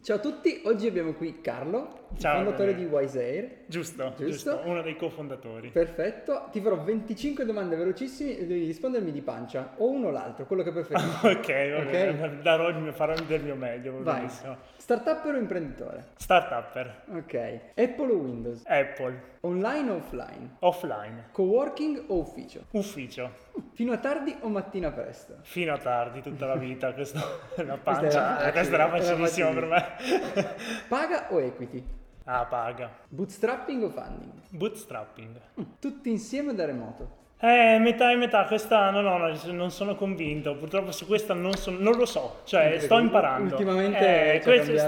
Ciao a tutti, oggi abbiamo qui Carlo, Ciao, fondatore di Wiseair. Giusto, Giusto? uno dei cofondatori. Perfetto, ti farò 25 domande velocissime e devi rispondermi di pancia, o uno o l'altro, quello che preferisci. Ok, va bene, farò del mio meglio, va Vai. benissimo. Startupper o imprenditore? Startupper, Ok. Apple o Windows? Apple, Online o offline? offline, Coworking o ufficio? ufficio, Fino a tardi o mattina presto? fino a tardi tutta la vita, questa è la Questa era pancia, facile, questa era era facilissima per me. Paga o equity? Ah, paga. Bootstrapping o funding? Bootstrapping. Tutti insieme da remoto? Metà e metà, questa non sono convinto, purtroppo su questa non lo so, cioè Anche sto perché imparando. ultimamente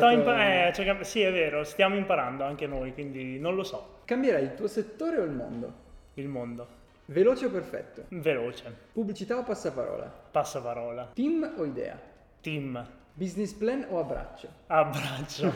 Sì, è vero, stiamo imparando anche noi, quindi non lo so. Cambierai il tuo settore o il mondo? Il mondo, Veloce o perfetto? veloce, Pubblicità o passaparola? passaparola, Team o idea? team, Business plan o abbraccio? abbraccio,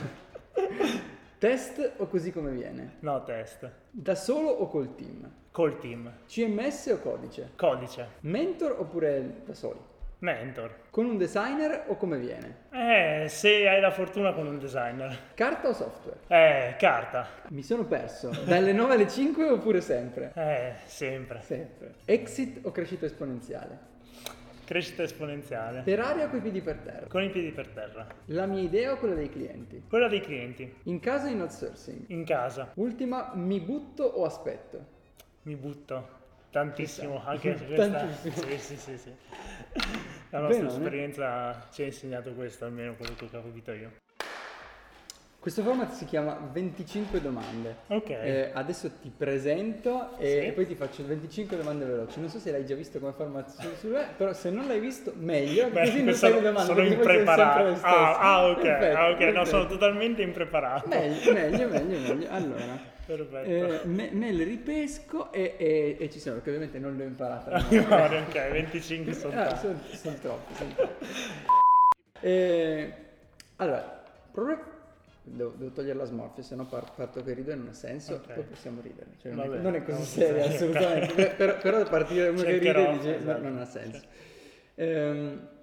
Test o così come viene? no test, Da solo o col team? col team, CMS o codice? codice, Mentor oppure da soli? mentor. Con un designer o come viene? Se hai la fortuna con un designer. Carta o software? Carta. Mi sono perso. Dalle 9 alle 5 oppure sempre? Sempre. Sempre. Exit o crescita esponenziale? Crescita esponenziale. Per aria o coi piedi per terra? Con i piedi per terra. La mia idea o quella dei clienti? Quella dei clienti. In casa o in outsourcing? In casa. Ultima, mi butto o aspetto? Mi butto. Tantissimo. Anche su Tantissimo. questa. Sì. La nostra Bene. esperienza ci ha insegnato questo, almeno quello che ho capito io. Questo format si chiama 25 domande. Ok. Adesso ti presento e Sì. poi ti faccio 25 domande veloci. Non so se l'hai già visto come format però se non l'hai visto, meglio, così non fai le domande. sono perché poi sono sempre le impreparato. stesse. Ok. Perfetto, No, perfetto. sono totalmente impreparato. Meglio. Allora, Perfetto. me le ripesco e ci sono, perché ovviamente non le ho imparate. Ok, 25 soltanto. Sono troppi. Allora, devo togliere la smorfia, se no parto che rido e non ha senso, Ok. poi possiamo ridere. Cioè, Va bene. non è così No, seria sì. assolutamente, però partire da uno che ride Cercherò, dice esatto. non ha senso.